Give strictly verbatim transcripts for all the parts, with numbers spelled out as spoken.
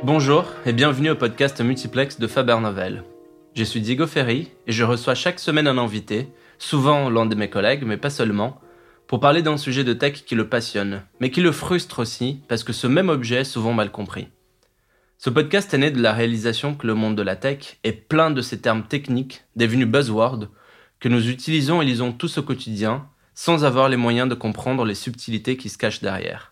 Bonjour et bienvenue au podcast Multiplex de Faber Novel. Je suis Diego Ferry et je reçois chaque semaine un invité, souvent l'un de mes collègues, mais pas seulement, pour parler d'un sujet de tech qui le passionne, mais qui le frustre aussi parce que ce même objet est souvent mal compris. Ce podcast est né de la réalisation que le monde de la tech est plein de ces termes techniques, devenus buzzwords, que nous utilisons et lisons tous au quotidien, sans avoir les moyens de comprendre les subtilités qui se cachent derrière.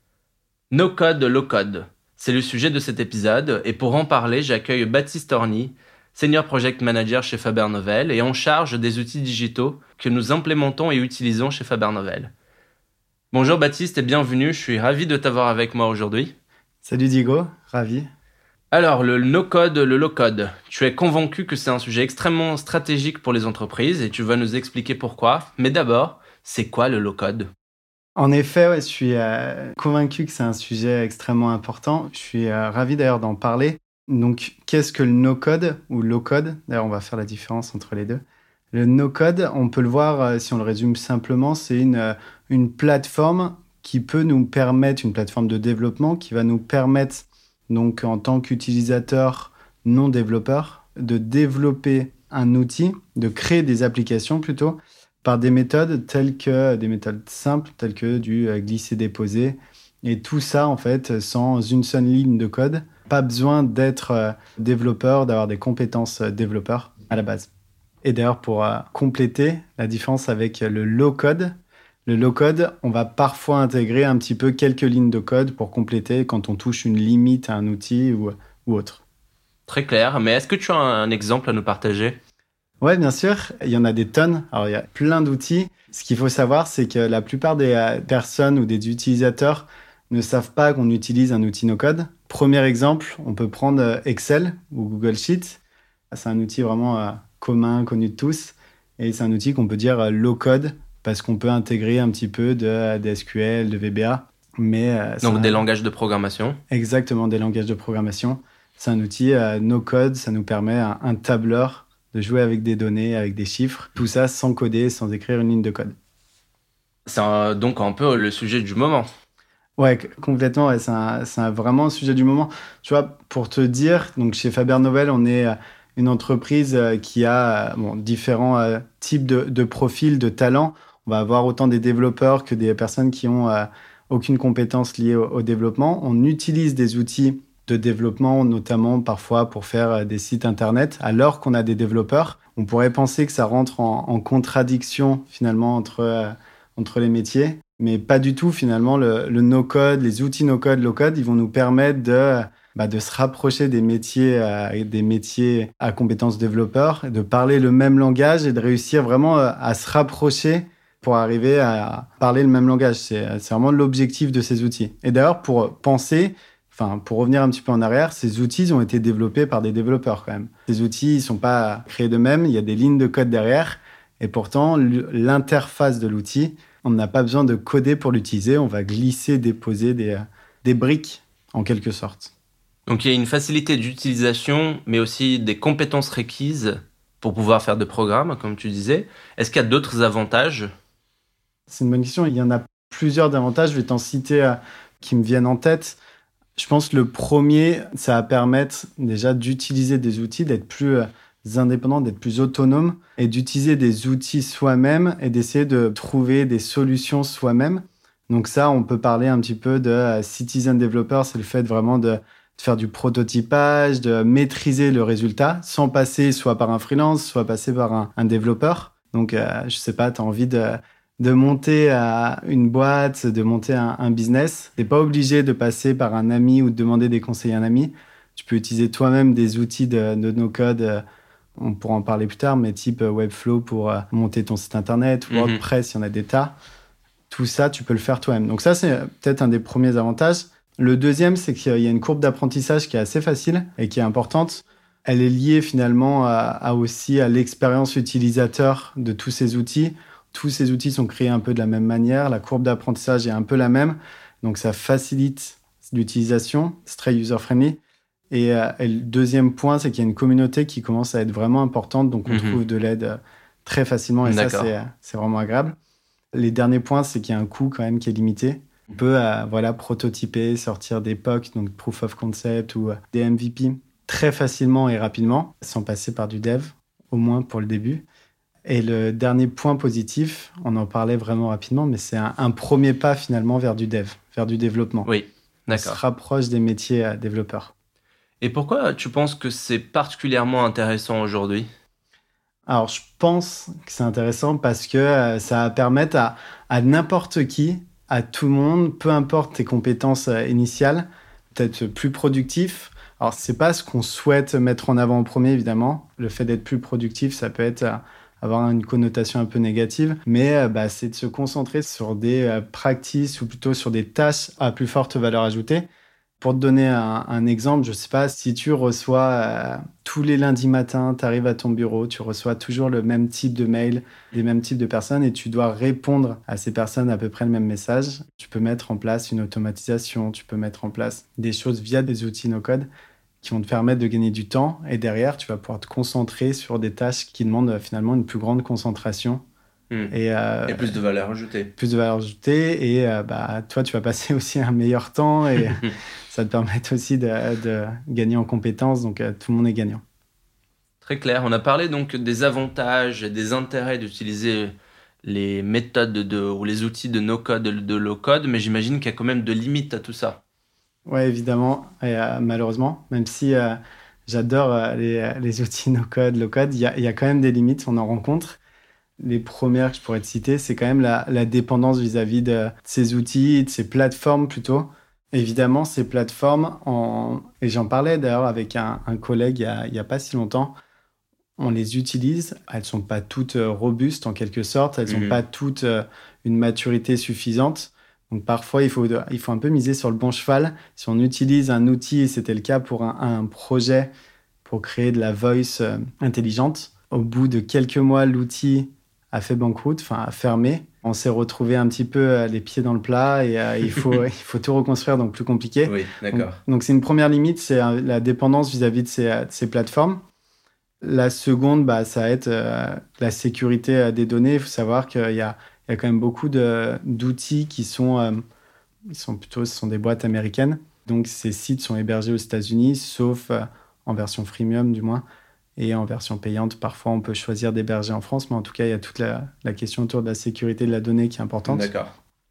No code, low code. C'est le sujet de cet épisode, et pour en parler, j'accueille Baptiste Orny, Senior Project Manager chez Faber Novel et en charge des outils digitaux que nous implémentons et utilisons chez Faber Novel. Bonjour Baptiste et bienvenue, je suis ravi de t'avoir avec moi aujourd'hui. Salut Diego, ravi. Alors, le no-code, le low-code, tu es convaincu que c'est un sujet extrêmement stratégique pour les entreprises et tu vas nous expliquer pourquoi. Mais d'abord, c'est quoi le low-code ? En effet, ouais, je suis euh, convaincu que c'est un sujet extrêmement important. Je suis euh, ravi d'ailleurs d'en parler. Donc, qu'est-ce que le no-code ou low-code ? D'ailleurs, on va faire la différence entre les deux. Le no-code, on peut le voir, euh, si on le résume simplement, c'est une, euh, une plateforme qui peut nous permettre, une plateforme de développement qui va nous permettre, donc en tant qu'utilisateur non développeur, de développer un outil, de créer des applications plutôt, par des méthodes telles que des méthodes simples, telles que du glisser-déposer. Et tout ça, en fait, sans une seule ligne de code. Pas besoin d'être développeur, d'avoir des compétences développeurs à la base. Et d'ailleurs, pour compléter la différence avec le low-code, le low-code, on va parfois intégrer un petit peu quelques lignes de code pour compléter quand on touche une limite à un outil ou, ou autre. Très clair, mais est-ce que tu as un exemple à nous partager ? Ouais, bien sûr, il y en a des tonnes. Alors, il y a plein d'outils. Ce qu'il faut savoir, c'est que la plupart des euh, personnes ou des utilisateurs ne savent pas qu'on utilise un outil no-code. Premier exemple, on peut prendre euh, Excel ou Google Sheets. C'est un outil vraiment euh, commun, connu de tous. Et c'est un outil qu'on peut dire euh, low-code parce qu'on peut intégrer un petit peu de, de S Q L, de V B A. Mais, euh, Donc un... des langages de programmation ? Exactement, des langages de programmation. C'est un outil euh, no-code, ça nous permet un, un tableur de jouer avec des données, avec des chiffres, tout ça sans coder, sans écrire une ligne de code. C'est un, donc un peu le sujet du moment. Ouais, complètement, ouais, c'est, un, c'est un, vraiment un sujet du moment. Tu vois, pour te dire, donc chez Faber Novel, on est une entreprise qui a bon, différents euh, types de, de profils, de talents. On va avoir autant des développeurs que des personnes qui ont euh, aucune compétence liée au, au développement. On utilise des outils de développement, notamment parfois pour faire des sites internet, alors qu'on a des développeurs. On pourrait penser que ça rentre en, en contradiction finalement entre, euh, entre les métiers, mais pas du tout finalement. Le, le no-code, les outils no-code, low-code, ils vont nous permettre de, bah, de se rapprocher des métiers, euh, des métiers à compétences développeurs, de parler le même langage et de réussir vraiment euh, à se rapprocher pour arriver à parler le même langage. C'est, c'est vraiment l'objectif de ces outils. Et d'ailleurs, pour penser... Enfin, pour revenir un petit peu en arrière, ces outils ont été développés par des développeurs quand même. Ces outils ne sont pas créés d'eux-mêmes, il y a des lignes de code derrière. Et pourtant, l'interface de l'outil, on n'a pas besoin de coder pour l'utiliser. On va glisser, déposer des, des briques, en quelque sorte. Donc il y a une facilité d'utilisation, mais aussi des compétences requises pour pouvoir faire des programmes, comme tu disais. Est-ce qu'il y a d'autres avantages ? C'est une bonne question. Il y en a plusieurs avantages. Je vais t'en citer euh, qui me viennent en tête. Je pense que le premier, ça va permettre déjà d'utiliser des outils, d'être plus indépendant, d'être plus autonome et d'utiliser des outils soi-même et d'essayer de trouver des solutions soi-même. Donc ça, on peut parler un petit peu de citizen developer, c'est le fait vraiment de, de faire du prototypage, de maîtriser le résultat sans passer soit par un freelance, soit passer par un, un développeur. Donc, euh, je sais pas, tu as envie de... de monter à une boîte, de monter un, un business. Tu n'es pas obligé de passer par un ami ou de demander des conseils à un ami. Tu peux utiliser toi-même des outils de, de no-code. On pourra en parler plus tard, mais type Webflow pour monter ton site internet, mm-hmm. WordPress, il y en a des tas. Tout ça, tu peux le faire toi-même. Donc ça, c'est peut-être un des premiers avantages. Le deuxième, c'est qu'il y a une courbe d'apprentissage qui est assez facile et qui est importante. Elle est liée finalement à, à aussi à l'expérience utilisateur de tous ces outils. Tous ces outils sont créés un peu de la même manière. La courbe d'apprentissage est un peu la même. Donc, ça facilite l'utilisation. C'est très user-friendly. Et, euh, et le deuxième point, c'est qu'il y a une communauté qui commence à être vraiment importante. Donc, on mm-hmm. trouve de l'aide euh, très facilement. Et D'accord. ça, c'est, c'est vraiment agréable. Les derniers points, c'est qu'il y a un coût quand même qui est limité. On peut euh, voilà, prototyper, sortir des P O C, donc Proof of Concept, ou euh, des M V P très facilement et rapidement, sans passer par du dev, au moins pour le début. Et le dernier point positif, on en parlait vraiment rapidement, mais c'est un, un premier pas finalement vers du dev, vers du développement. Oui, d'accord. On se rapproche des métiers euh, développeurs. Et pourquoi tu penses que c'est particulièrement intéressant aujourd'hui ? Alors, je pense que c'est intéressant parce que euh, ça va permettre à, à n'importe qui, à tout le monde, peu importe tes compétences euh, initiales, d'être plus productif. Alors, c'est pas ce qu'on souhaite mettre en avant en premier, évidemment. Le fait d'être plus productif, ça peut être... Euh, avoir une connotation un peu négative, mais euh, bah, c'est de se concentrer sur des euh, practices ou plutôt sur des tâches à plus forte valeur ajoutée. Pour te donner un, un exemple, je ne sais pas, si tu reçois euh, tous les lundis matins, tu arrives à ton bureau, tu reçois toujours le même type de mail, les mêmes types de personnes et tu dois répondre à ces personnes à peu près le même message. Tu peux mettre en place une automatisation, tu peux mettre en place des choses via des outils no-code qui vont te permettre de gagner du temps. Et derrière, tu vas pouvoir te concentrer sur des tâches qui demandent euh, finalement une plus grande concentration. Mmh. Et, euh, et plus de valeur ajoutée. Plus de valeur ajoutée. Et euh, bah, toi, tu vas passer aussi un meilleur temps et ça te permet aussi de, de gagner en compétences. Donc, euh, tout le monde est gagnant. Très clair. On a parlé donc des avantages et des intérêts d'utiliser les méthodes de, ou les outils de no-code et de low-code, mais j'imagine qu'il y a quand même de limites à tout ça. Oui, évidemment, et, euh, malheureusement, même si euh, j'adore euh, les, les outils no-code, low-code, il y a, y a quand même des limites, on en rencontre. Les premières que je pourrais te citer, c'est quand même la, la dépendance vis-à-vis de, de ces outils, de ces plateformes plutôt. Évidemment, ces plateformes, en... et j'en parlais d'ailleurs avec un, un collègue il n'y a, a pas si longtemps, on les utilise, elles ne sont pas toutes euh, robustes en quelque sorte, elles n'ont Mhm. pas toutes euh, une maturité suffisante. Donc parfois, il faut, il faut un peu miser sur le bon cheval. Si on utilise un outil, et c'était le cas pour un, un projet pour créer de la voice euh, intelligente, au bout de quelques mois, l'outil a fait banqueroute, enfin a fermé. On s'est retrouvé un petit peu euh, les pieds dans le plat et euh, il, faut, il faut tout reconstruire, donc plus compliqué. Oui, d'accord. Donc, donc c'est une première limite, c'est euh, la dépendance vis-à-vis de ces, de ces plateformes. La seconde, bah, ça va être euh, la sécurité euh, des données. Il faut savoir qu'il y a, il y a quand même beaucoup de, d'outils qui sont, euh, ils sont plutôt, ce sont des boîtes américaines. Donc ces sites sont hébergés aux États-Unis, sauf euh, en version freemium du moins, et en version payante. Parfois, on peut choisir d'héberger en France, mais en tout cas, il y a toute la, la question autour de la sécurité de la donnée qui est importante. D'accord.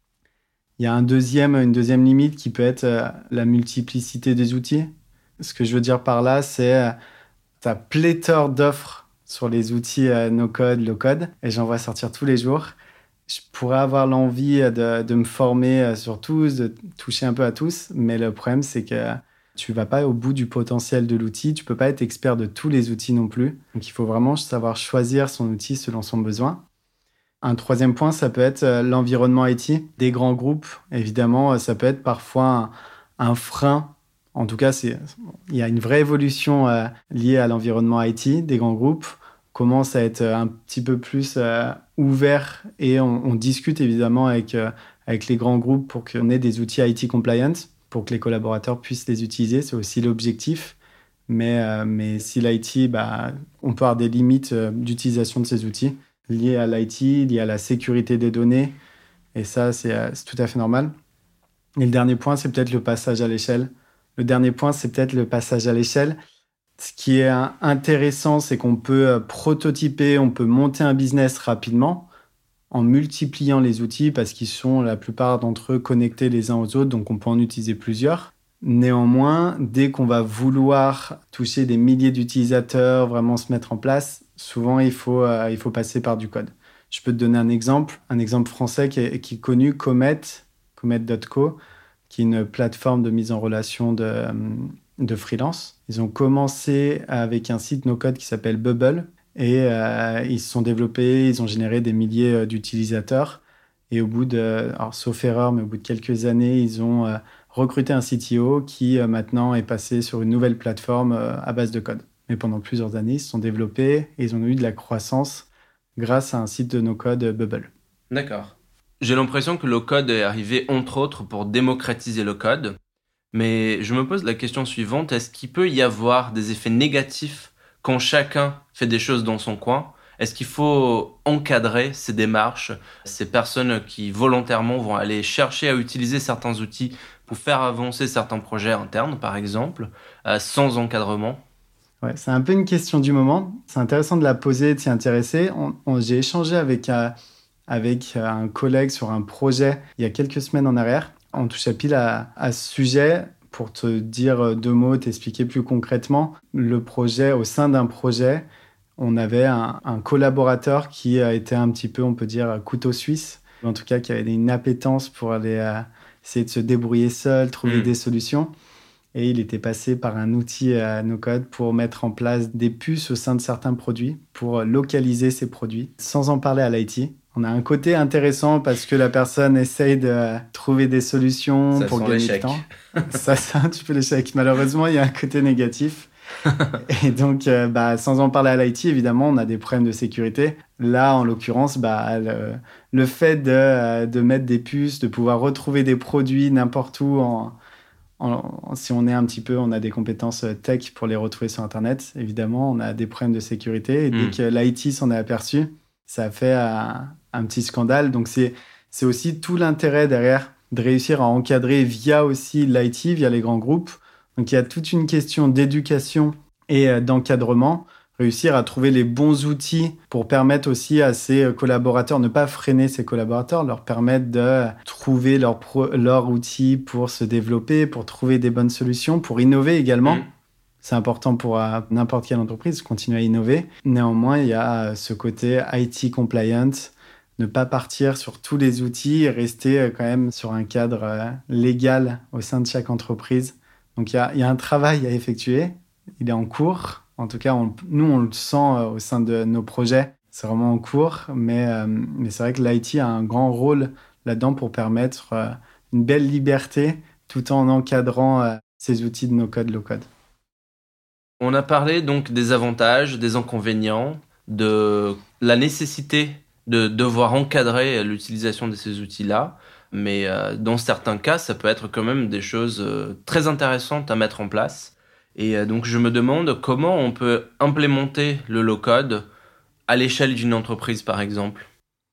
Il y a un deuxième, une deuxième limite qui peut être euh, la multiplicité des outils. Ce que je veux dire par là, c'est euh, ta pléthore d'offres sur les outils euh, no-code, low-code, et j'en vois sortir tous les jours. Je pourrais avoir l'envie de, de me former euh, sur tous, de toucher un peu à tous, mais le problème, c'est que tu vas pas au bout du potentiel de l'outil, tu peux pas être expert de tous les outils non plus. Donc il faut vraiment savoir choisir son outil selon son besoin. Un troisième point, ça peut être euh, l'environnement I T. Des grands groupes, évidemment, euh, ça peut être parfois un, un frein. En tout cas, c'est, il y a une vraie évolution euh, liée à l'environnement I T. Des grands groupes commencent à être un petit peu plus euh, ouverts et on, on discute évidemment avec, euh, avec les grands groupes pour qu'on ait des outils I T compliant, pour que les collaborateurs puissent les utiliser. C'est aussi l'objectif. Mais, euh, mais si l'I T, bah, on peut avoir des limites euh, d'utilisation de ces outils liées à l'I T, liées à la sécurité des données. Et ça, c'est, euh, c'est tout à fait normal. Et le dernier point, c'est peut-être le passage à l'échelle. Le dernier point, c'est peut-être le passage à l'échelle. Ce qui est euh, intéressant, c'est qu'on peut euh, prototyper, on peut monter un business rapidement en multipliant les outils parce qu'ils sont, la plupart d'entre eux, connectés les uns aux autres, donc on peut en utiliser plusieurs. Néanmoins, dès qu'on va vouloir toucher des milliers d'utilisateurs, vraiment se mettre en place, souvent il faut, euh, il faut passer par du code. Je peux te donner un exemple, un exemple français qui est, qui est connu, Comet, comet point co, qui est une plateforme de mise en relation de, de freelance. Ils ont commencé avec un site no-code qui s'appelle Bubble et euh, ils se sont développés, ils ont généré des milliers d'utilisateurs. Et au bout de, alors, sauf erreur, mais au bout de quelques années, ils ont euh, recruté un C T O qui euh, maintenant est passé sur une nouvelle plateforme euh, à base de code. Mais pendant plusieurs années, ils se sont développés et ils ont eu de la croissance grâce à un site de no-code euh, Bubble. D'accord. J'ai l'impression que le code est arrivé entre autres pour démocratiser le code, mais je me pose la question suivante, est-ce qu'il peut y avoir des effets négatifs quand chacun fait des choses dans son coin Est-ce qu'il faut encadrer ces démarches, ces personnes qui volontairement vont aller chercher à utiliser certains outils pour faire avancer certains projets internes, par exemple, euh, sans encadrement? Ouais, c'est un peu une question du moment. C'est intéressant de la poser, de s'y intéresser. On, on- j'ai échangé avec, euh, avec euh, un collègue sur un projet il y a quelques semaines en arrière. On touchait pile à, à ce sujet. Pour te dire euh, deux mots, t'expliquer plus concrètement, le projet, au sein d'un projet, on avait un, un collaborateur qui a été un petit peu, on peut dire, couteau suisse. En tout cas, qui avait une appétence pour aller euh, essayer de se débrouiller seul, trouver Hmm. des solutions. Et il était passé par un outil à no-code pour mettre en place des puces au sein de certains produits, pour localiser ces produits, sans en parler à l'I T. On a un côté intéressant parce que la personne essaye de trouver des solutions Ça pour sent gagner du l'échec. temps. Ça, c'est un petit peu l'échec. Malheureusement, il y a un côté négatif. Et donc, euh, bah, sans en parler à l'I T, évidemment, on a des problèmes de sécurité. Là, en l'occurrence, bah, le, le fait de, euh, de mettre des puces, de pouvoir retrouver des produits n'importe où en en- si on est un petit peu, on a des compétences euh, tech pour les retrouver sur Internet, évidemment, on a des problèmes de sécurité. Et dès Hmm. que l'I T s'en est aperçu, ça a fait un, un petit scandale. Donc, c'est, c'est aussi tout l'intérêt derrière de réussir à encadrer via aussi l'I T, via les grands groupes. Donc, il y a toute une question d'éducation et euh, d'encadrement. Réussir à trouver les bons outils pour permettre aussi à ces collaborateurs, ne pas freiner ces collaborateurs, leur permettre de trouver leur, pro, leur outil pour se développer, pour trouver des bonnes solutions, pour innover également. Hmm. C'est important pour euh, n'importe quelle entreprise, continuer à innover. Néanmoins, il y a euh, ce côté I T compliant, ne pas partir sur tous les outils et rester euh, quand même sur un cadre euh, légal au sein de chaque entreprise. Donc il y a, il y a un travail à effectuer, il est en cours. En tout cas, on- nous, on le sent euh, au sein de nos projets. C'est vraiment en cours, mais, euh, mais c'est vrai que l'I T a un grand rôle là-dedans pour permettre euh, une belle liberté tout en encadrant euh, ces outils de no-code, low-code. On a parlé donc des avantages, des inconvénients, de la nécessité de devoir encadrer l'utilisation de ces outils-là. Mais euh, dans certains cas, ça peut être quand même des choses euh, très intéressantes à mettre en place. Et euh, donc je me demande comment on peut implémenter le low-code à l'échelle d'une entreprise, par exemple.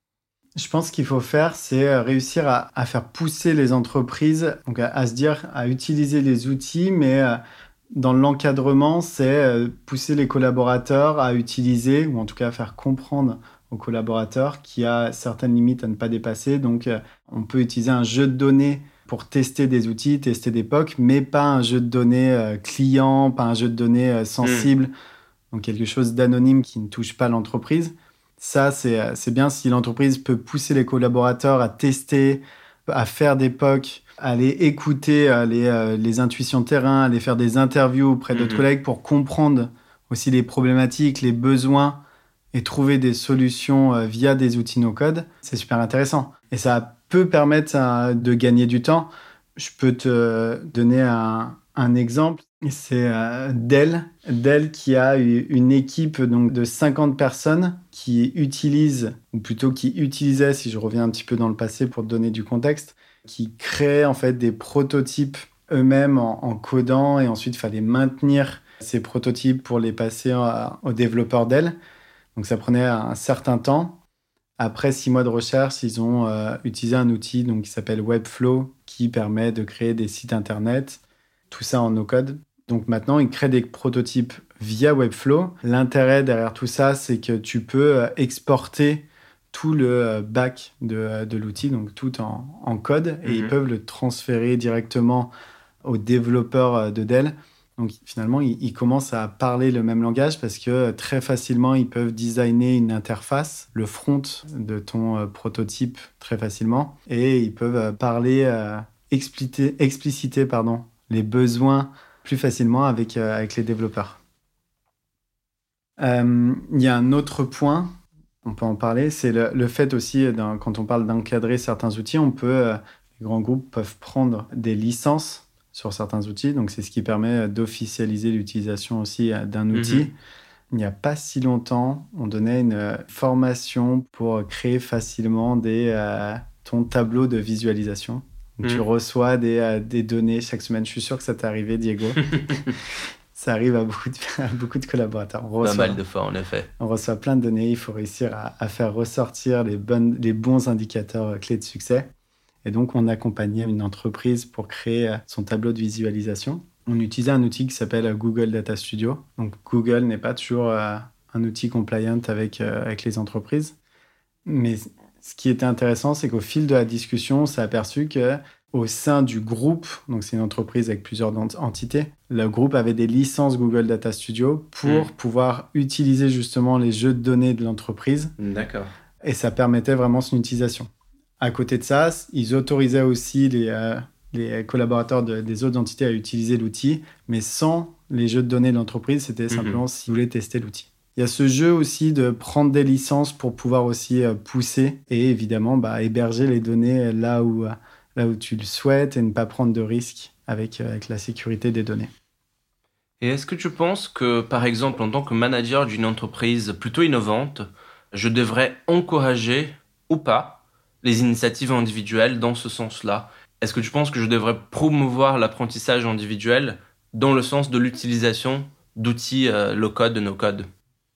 Je pense qu'il faut faire, c'est euh, réussir à, à faire pousser les entreprises, donc à, à se dire, à utiliser les outils, mais euh, dans l'encadrement, c'est euh, pousser les collaborateurs à utiliser, ou en tout cas à faire comprendre aux collaborateurs qu'il y a certaines limites à ne pas dépasser. Donc, euh, on peut utiliser un jeu de données pour tester des outils, tester des P O C, mais pas un jeu de données euh, client, pas un jeu de données euh, Hmm. sensible, donc quelque chose d'anonyme qui ne touche pas l'entreprise. Ça, c'est, euh, c'est bien si l'entreprise peut pousser les collaborateurs à tester, à faire des P O C, à aller écouter euh, les, euh, les intuitions de terrain, aller faire des interviews auprès d'autres Mhm. collègues pour comprendre aussi les problématiques, les besoins et trouver des solutions euh, via des outils no-code. C'est super intéressant. Et ça peut permettre euh, de gagner du temps. Je peux te donner un, un exemple. C'est euh, Dell. Dell qui a eu une équipe donc, de cinquante personnes qui utilisent, ou plutôt qui utilisaient, si je reviens un petit peu dans le passé pour te donner du contexte, qui créaient en fait des prototypes eux-mêmes en, en codant et ensuite il fallait maintenir ces prototypes pour les passer à- aux développeurs Dell. Donc ça prenait un certain temps. Après six mois de recherche, ils ont euh, utilisé un outil donc, qui s'appelle Webflow qui permet de créer des sites internet, tout ça en no-code. Donc maintenant, ils créent des prototypes via Webflow. L'intérêt derrière tout ça, c'est que tu peux euh, exporter tout le euh, back de, euh, de l'outil, donc tout en, en code, et ils Mhm. peuvent le transférer directement aux développeurs euh, de Dell. Donc finalement, ils, ils commencent à parler le même langage parce que euh, très facilement, ils peuvent designer une interface, le front de ton euh, prototype très facilement, et ils peuvent euh, parler, euh, expliciter, expliciter pardon, les besoins plus facilement avec, euh, avec les développeurs. Euh, Il y a un autre point, on peut en parler, c'est le, le fait aussi, d'un- quand on parle d'encadrer certains outils, on peut, euh, les grands groupes peuvent prendre des licences sur certains outils, donc c'est ce qui permet d'officialiser l'utilisation aussi euh, d'un outil. Mhm. Il n'y a pas si longtemps, on donnait une euh, formation pour créer facilement des, euh, ton tableau de visualisation. Donc, tu Mhm. reçois des, euh, des données chaque semaine. Je suis sûr que ça t'est arrivé, Diego. Ça arrive à beaucoup de, à beaucoup de collaborateurs. On Pas reçoit, mal de fois, en effet. on reçoit plein de données. Il faut réussir à, à faire ressortir les, bonnes, les bons indicateurs clés de succès. Et donc, on accompagnait une entreprise pour créer son tableau de visualisation. On utilisait un outil qui s'appelle Google Data Studio. Donc, Google n'est pas toujours euh, un outil compliant avec, euh, avec les entreprises. Mais ce qui était intéressant, c'est qu'au fil de la discussion, on s'est aperçu qu'au sein du groupe, donc c'est une entreprise avec plusieurs entités, le groupe avait des licences Google Data Studio pour mmh. pouvoir utiliser justement les jeux de données de l'entreprise. D'accord. Et ça permettait vraiment son utilisation. À côté de ça, ils autorisaient aussi les, euh, les collaborateurs de, des autres entités à utiliser l'outil, mais sans les jeux de données de l'entreprise, c'était mmh. simplement s'ils voulaient tester l'outil. Il y a ce jeu aussi de prendre des licences pour pouvoir aussi euh, pousser et évidemment bah, héberger les données là où, euh, là où tu le souhaites et ne pas prendre de risques avec, euh, avec la sécurité des données. Et est-ce que tu penses que, par exemple, en tant que manager d'une entreprise plutôt innovante, je devrais encourager ou pas les initiatives individuelles dans ce sens-là? Est-ce que tu penses que je devrais promouvoir l'apprentissage individuel dans le sens de l'utilisation d'outils euh, low-code, no-code?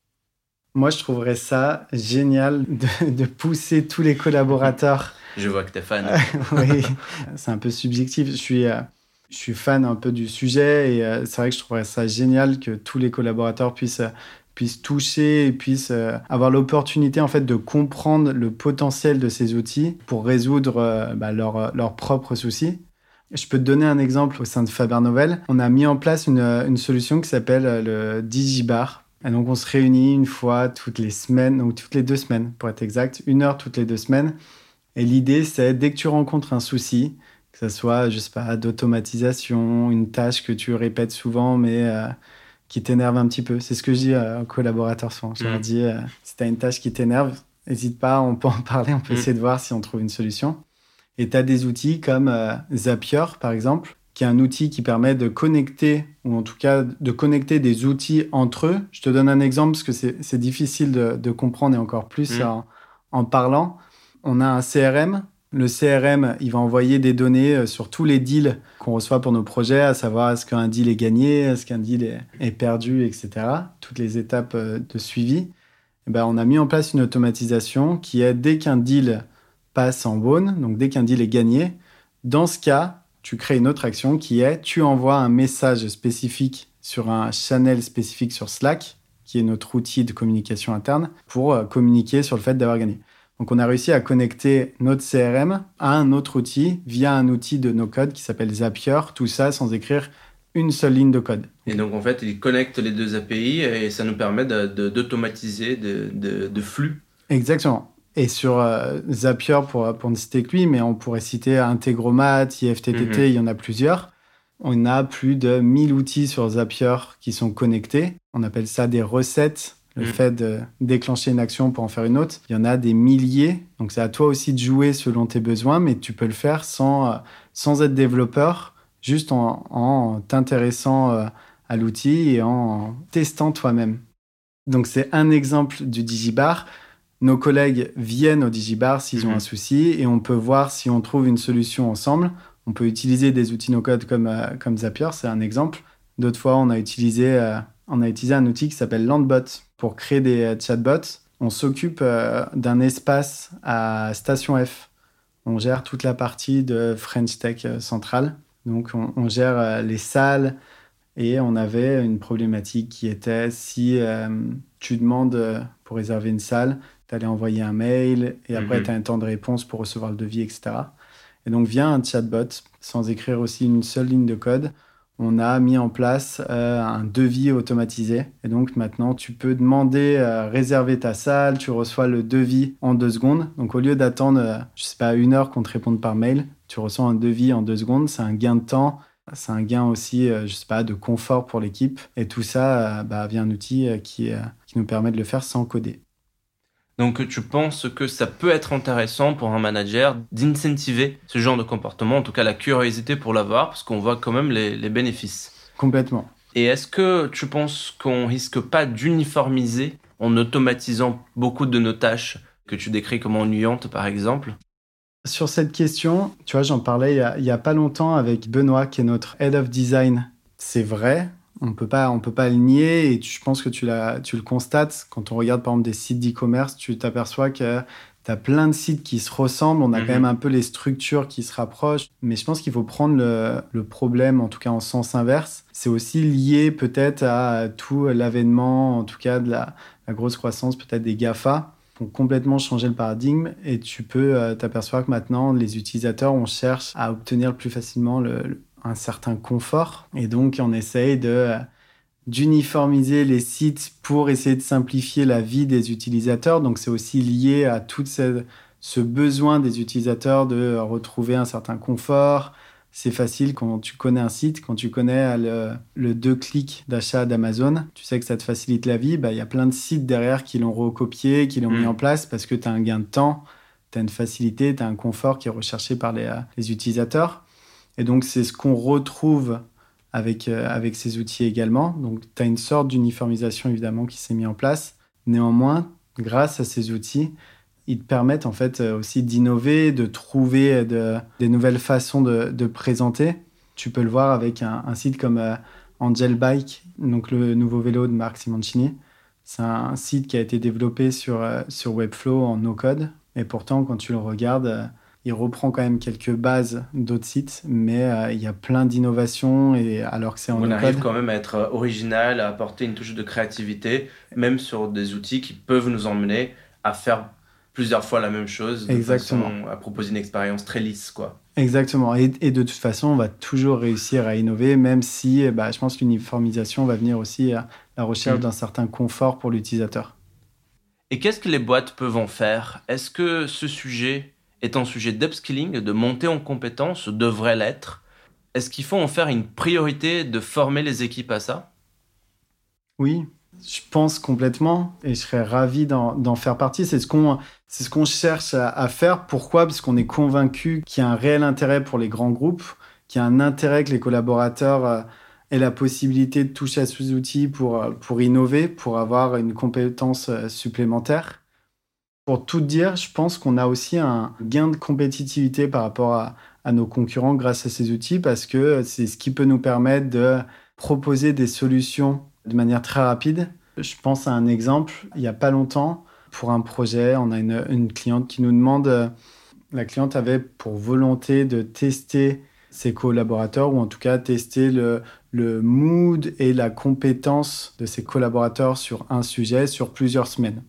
Moi, je trouverais ça génial de, de pousser tous les collaborateurs. Je vois que t'es fan. Oui, c'est un peu subjectif. Je suis, euh, je suis fan un peu du sujet et euh, c'est vrai que je trouverais ça génial que tous les collaborateurs puissent, euh, puissent toucher et puissent euh, avoir l'opportunité en fait, de comprendre le potentiel de ces outils pour résoudre euh, bah, leurs leurs propres soucis. Je peux te donner un exemple au sein de Faber Novel. On a mis en place une, une solution qui s'appelle le DigiBar. Et donc, on se réunit une fois toutes les semaines, ou toutes les deux semaines, pour être exact, une heure toutes les deux semaines. Et l'idée, c'est dès que tu rencontres un souci, que ce soit, je sais pas, d'automatisation, une tâche que tu répètes souvent, mais euh, qui t'énerve un petit peu. C'est ce que je dis euh, aux collaborateurs souvent. Je mmh. leur dis, euh, si tu as une tâche qui t'énerve, n'hésite pas, on peut en parler, on peut mmh. essayer de voir si on trouve une solution. Et tu as des outils comme euh, Zapier, par exemple, qui est un outil qui permet de connecter, ou en tout cas de connecter des outils entre eux. Je te donne un exemple parce que c'est, c'est difficile de, de comprendre et encore plus mmh. en, en parlant. On a un C R M. Le C R M, il va envoyer des données sur tous les deals qu'on reçoit pour nos projets, à savoir est-ce qu'un deal est gagné, est-ce qu'un deal est, est perdu, et cetera. Toutes les étapes de suivi. Et ben, on a mis en place une automatisation qui est dès qu'un deal passe en won, donc dès qu'un deal est gagné, dans ce cas, tu crées une autre action qui est, tu envoies un message spécifique sur un channel spécifique sur Slack, qui est notre outil de communication interne, pour euh, communiquer sur le fait d'avoir gagné. Donc, on a réussi à connecter notre C R M à un autre outil via un outil de no-code qui s'appelle Zapier, tout ça sans écrire une seule ligne de code. Et donc, en fait, il connecte les deux A P I et ça nous permet de, de, d'automatiser de, de, de flux. Exactement. Et sur euh, Zapier, pour, pour ne citer que lui, mais on pourrait citer Integromat, I F T T T, mm-hmm. il y en a plusieurs. On a plus de mille outils sur Zapier qui sont connectés. On appelle ça des recettes, le mm. fait de déclencher une action pour en faire une autre. Il y en a des milliers, donc c'est à toi aussi de jouer selon tes besoins, mais tu peux le faire sans, sans être développeur, juste en, en t'intéressant à l'outil et en testant toi-même. Donc c'est un exemple du DigiBar. Nos collègues viennent au DigiBar s'ils ont mmh. un souci et on peut voir si on trouve une solution ensemble. On peut utiliser des outils no-code comme, euh, comme Zapier, c'est un exemple. D'autres fois, on a utilisé, euh, on a utilisé un outil qui s'appelle Landbot pour créer des euh, chatbots. On s'occupe euh, d'un espace à Station F. On gère toute la partie de French Tech euh, Central. Donc, on, on gère euh, les salles et on avait une problématique qui était si euh, tu demandes euh, pour réserver une salle, tu allais envoyer un mail et après, mm-hmm. tu as un temps de réponse pour recevoir le devis, et cetera. Et donc, via un chatbot, sans écrire aussi une seule ligne de code, on a mis en place euh, un devis automatisé. Et donc, maintenant, tu peux demander à euh, réserver ta salle, tu reçois le devis en deux secondes. Donc, au lieu d'attendre, euh, je sais pas, une heure qu'on te réponde par mail, tu reçois un devis en deux secondes. C'est un gain de temps. C'est un gain aussi, euh, je sais pas, de confort pour l'équipe. Et tout ça euh, bah, via un outil euh, qui, euh, qui nous permet de le faire sans coder. Donc, tu penses que ça peut être intéressant pour un manager d'incentiver ce genre de comportement, en tout cas la curiosité pour l'avoir, parce qu'on voit quand même les, les bénéfices. Complètement. Et est-ce que tu penses qu'on risque pas d'uniformiser en automatisant beaucoup de nos tâches que tu décris comme ennuyantes, par exemple ? Sur cette question, tu vois, j'en parlais il y a, il y a pas longtemps avec Benoît, qui est notre Head of Design. C'est vrai, On peut pas, on peut pas le nier et tu, je pense que tu, l'as, tu le constates. Quand on regarde par exemple des sites d'e-commerce, tu t'aperçois que tu as plein de sites qui se ressemblent. On a mm-hmm. quand même un peu les structures qui se rapprochent. Mais je pense qu'il faut prendre le, le problème, en tout cas en sens inverse. C'est aussi lié peut-être à tout l'avènement, en tout cas de la, la grosse croissance peut-être des GAFA, qui ont complètement changé le paradigme. Et tu peux euh, t'apercevoir que maintenant, les utilisateurs, on cherche à obtenir plus facilement le, le un certain confort. Et donc, on essaye de, d'uniformiser les sites pour essayer de simplifier la vie des utilisateurs. Donc, c'est aussi lié à tout ce, ce besoin des utilisateurs de retrouver un certain confort. C'est facile quand tu connais un site, quand tu connais le, le deux clics d'achat d'Amazon, tu sais que ça te facilite la vie. Bah, y a plein de sites derrière qui l'ont recopié, qui l'ont mmh. mis en place parce que tu as un gain de temps, tu as une facilité, tu as un confort qui est recherché par les, les utilisateurs. Et donc, c'est ce qu'on retrouve avec, euh, avec ces outils également. Donc, tu as une sorte d'uniformisation, évidemment, qui s'est mise en place. Néanmoins, grâce à ces outils, ils te permettent en fait aussi d'innover, de trouver de, des nouvelles façons de, de présenter. Tu peux le voir avec un, un site comme euh, Angel Bike, donc le nouveau vélo de Marc Simoncini. C'est un, un site qui a été développé sur, euh, sur Webflow en no-code. Et pourtant, quand tu le regardes... Euh, il reprend quand même quelques bases d'autres sites, mais euh, il y a plein d'innovations, et alors que c'est en on no-code. arrive quand même à être original, à apporter une touche de créativité, même sur des outils qui peuvent nous emmener à faire plusieurs fois la même chose, de Exactement. façon à proposer une expérience très lisse, quoi. Exactement, et, et de toute façon, on va toujours réussir à innover, même si bah, je pense que l'uniformisation va venir aussi à la recherche mmh. d'un certain confort pour l'utilisateur. Et qu'est-ce que les boîtes peuvent en faire ? Est-ce que ce sujet est un sujet d'upskilling, de montée en compétences, devrait l'être ? Est-ce qu'il faut en faire une priorité de former les équipes à ça ? Oui, je pense complètement, et je serais ravi d'en, d'en faire partie. C'est ce qu'on, c'est ce qu'on cherche à, à faire. Pourquoi ? Parce qu'on est convaincu qu'il y a un réel intérêt pour les grands groupes, qu'il y a un intérêt que les collaborateurs euh, aient la possibilité de toucher à ces outils pour, pour innover, pour avoir une compétence euh, supplémentaire. Pour tout dire, je pense qu'on a aussi un gain de compétitivité par rapport à, à nos concurrents grâce à ces outils, parce que c'est ce qui peut nous permettre de proposer des solutions de manière très rapide. Je pense à un exemple, il n'y a pas longtemps, pour un projet, on a une, une cliente qui nous demande, la cliente avait pour volonté de tester ses collaborateurs, ou en tout cas tester le, le mood et la compétence de ses collaborateurs sur un sujet sur plusieurs semaines.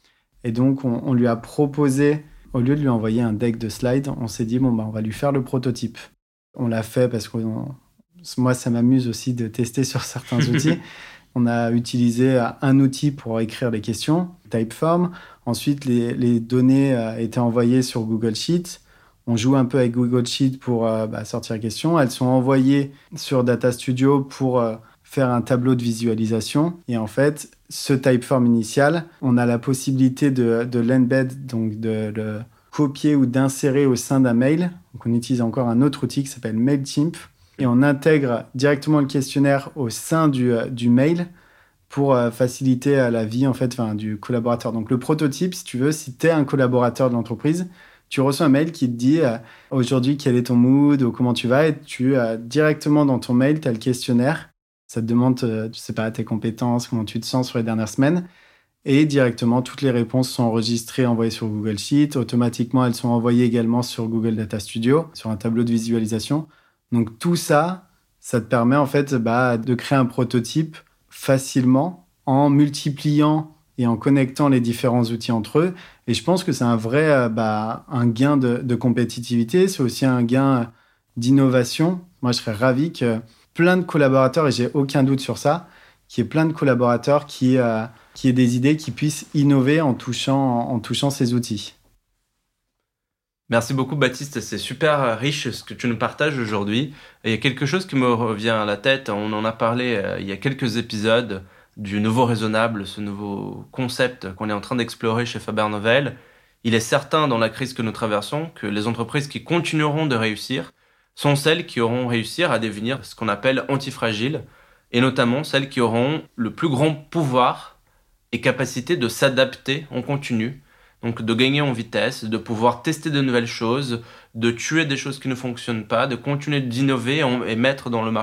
Et donc, on, on lui a proposé, au lieu de lui envoyer un deck de slides, on s'est dit, bon, bah, on va lui faire le prototype. On l'a fait parce que on, moi, ça m'amuse aussi de tester sur certains outils. On a utilisé un outil pour écrire les questions, Typeform. Ensuite, les, les données euh, étaient envoyées sur Google Sheet. On joue un peu avec Google Sheet pour euh, bah, sortir les questions. Elles sont envoyées sur Data Studio pour... Euh, faire un tableau de visualisation. Et en fait, ce Typeform initial, on a la possibilité de, de l'embed, donc de le copier ou d'insérer au sein d'un mail. Donc, on utilise encore un autre outil qui s'appelle MailChimp. Et on intègre directement le questionnaire au sein du, du mail pour euh, faciliter la vie en fait, enfin, du collaborateur. Donc, le prototype, si tu veux, si tu es un collaborateur de l'entreprise, tu reçois un mail qui te dit euh, aujourd'hui quel est ton mood ou comment tu vas, et tu euh, directement dans ton mail, tu as le questionnaire. Ça te demande, je ne sais pas, tes compétences, comment tu te sens sur les dernières semaines. Et directement, toutes les réponses sont enregistrées, envoyées sur Google Sheet. Automatiquement, elles sont envoyées également sur Google Data Studio, sur un tableau de visualisation. Donc tout ça, ça te permet en fait bah, de créer un prototype facilement en multipliant et en connectant les différents outils entre eux. Et je pense que c'est un vrai bah, un gain de, de compétitivité. C'est aussi un gain d'innovation. Moi, je serais ravi que plein de collaborateurs, et j'ai aucun doute sur ça, qu'il y ait plein de collaborateurs qui, euh, qui aient des idées, qui puissent innover en touchant, en, en touchant ces outils. Merci beaucoup Baptiste, c'est super riche ce que tu nous partages aujourd'hui. Il y a quelque chose qui me revient à la tête, on en a parlé euh, il y a quelques épisodes du nouveau raisonnable, ce nouveau concept qu'on est en train d'explorer chez Faber Novel. Il est certain dans la crise que nous traversons que les entreprises qui continueront de réussir sont celles qui auront réussi à devenir ce qu'on appelle antifragiles, et notamment celles qui auront le plus grand pouvoir et capacité de s'adapter en continu, donc de gagner en vitesse, de pouvoir tester de nouvelles choses, de tuer des choses qui ne fonctionnent pas, de continuer d'innover et mettre dans le marché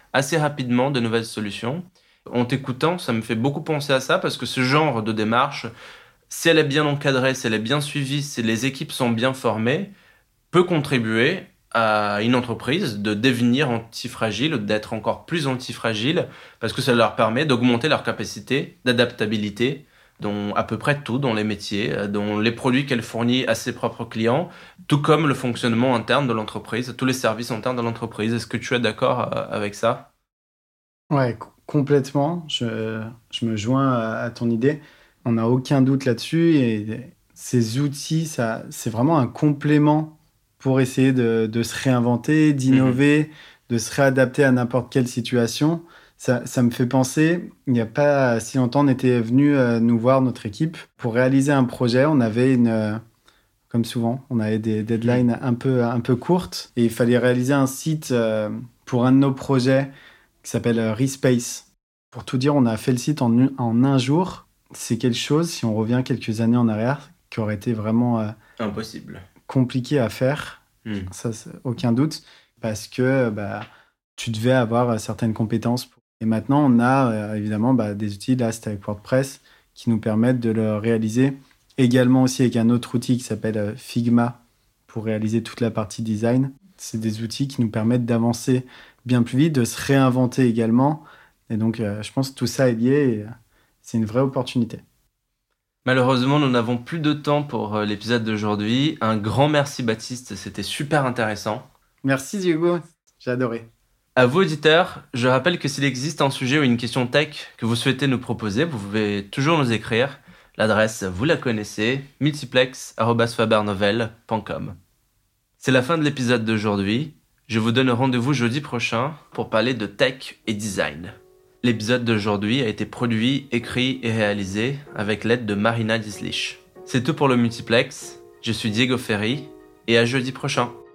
assez rapidement de nouvelles solutions. En t'écoutant, ça me fait beaucoup penser à ça parce que ce genre de démarche, si elle est bien encadrée, si elle est bien suivie, si les équipes sont bien formées, peut contribuer à une entreprise de devenir antifragile, d'être encore plus antifragile, parce que ça leur permet d'augmenter leur capacité d'adaptabilité dans à peu près tout, dans les métiers, dans les produits qu'elle fournit à ses propres clients, tout comme le fonctionnement interne de l'entreprise, tous les services internes de l'entreprise. Est-ce que tu es d'accord avec ça ? Ouais, c- complètement. Je, je me joins à, à ton idée. On n'a aucun doute là-dessus. Et ces outils, ça, c'est vraiment un complément pour essayer de, de se réinventer, d'innover, de se réadapter à n'importe quelle situation. Ça, ça me fait penser, il n'y a pas si longtemps, on était venu euh, nous voir, notre équipe, pour réaliser un projet. On avait une, euh, comme souvent, on avait des deadlines un peu, un peu courtes et il fallait réaliser un site euh, pour un de nos projets qui s'appelle euh, Respace. Pour tout dire, on a fait le site en, une- en un jour. C'est quelque chose, si on revient quelques années en arrière, qui aurait été vraiment euh, Impossible. compliqué à faire. Hmm. Ça, c'est aucun doute, parce que bah, tu devais avoir euh, certaines compétences. pour- Et maintenant, on a euh, évidemment bah, des outils, là, c'est avec WordPress, qui nous permettent de le réaliser. Également aussi avec un autre outil qui s'appelle euh, Figma, pour réaliser toute la partie design. C'est des outils qui nous permettent d'avancer bien plus vite, de se réinventer également. Et donc, euh, je pense que tout ça est lié et euh, c'est une vraie opportunité. Malheureusement, nous n'avons plus de temps pour euh, l'épisode d'aujourd'hui. Un grand merci Baptiste, c'était super intéressant. Merci Diego, j'ai adoré. À vous auditeurs, je rappelle que s'il existe un sujet ou une question tech que vous souhaitez nous proposer, vous pouvez toujours nous écrire. L'adresse, vous la connaissez, multiplex arobase fabernovel point com. C'est la fin de l'épisode d'aujourd'hui. Je vous donne rendez-vous jeudi prochain pour parler de tech et design. L'épisode d'aujourd'hui a été produit, écrit et réalisé avec l'aide de Marina Dislich. C'est tout pour le multiplex. Je suis Diego Ferry et à jeudi prochain.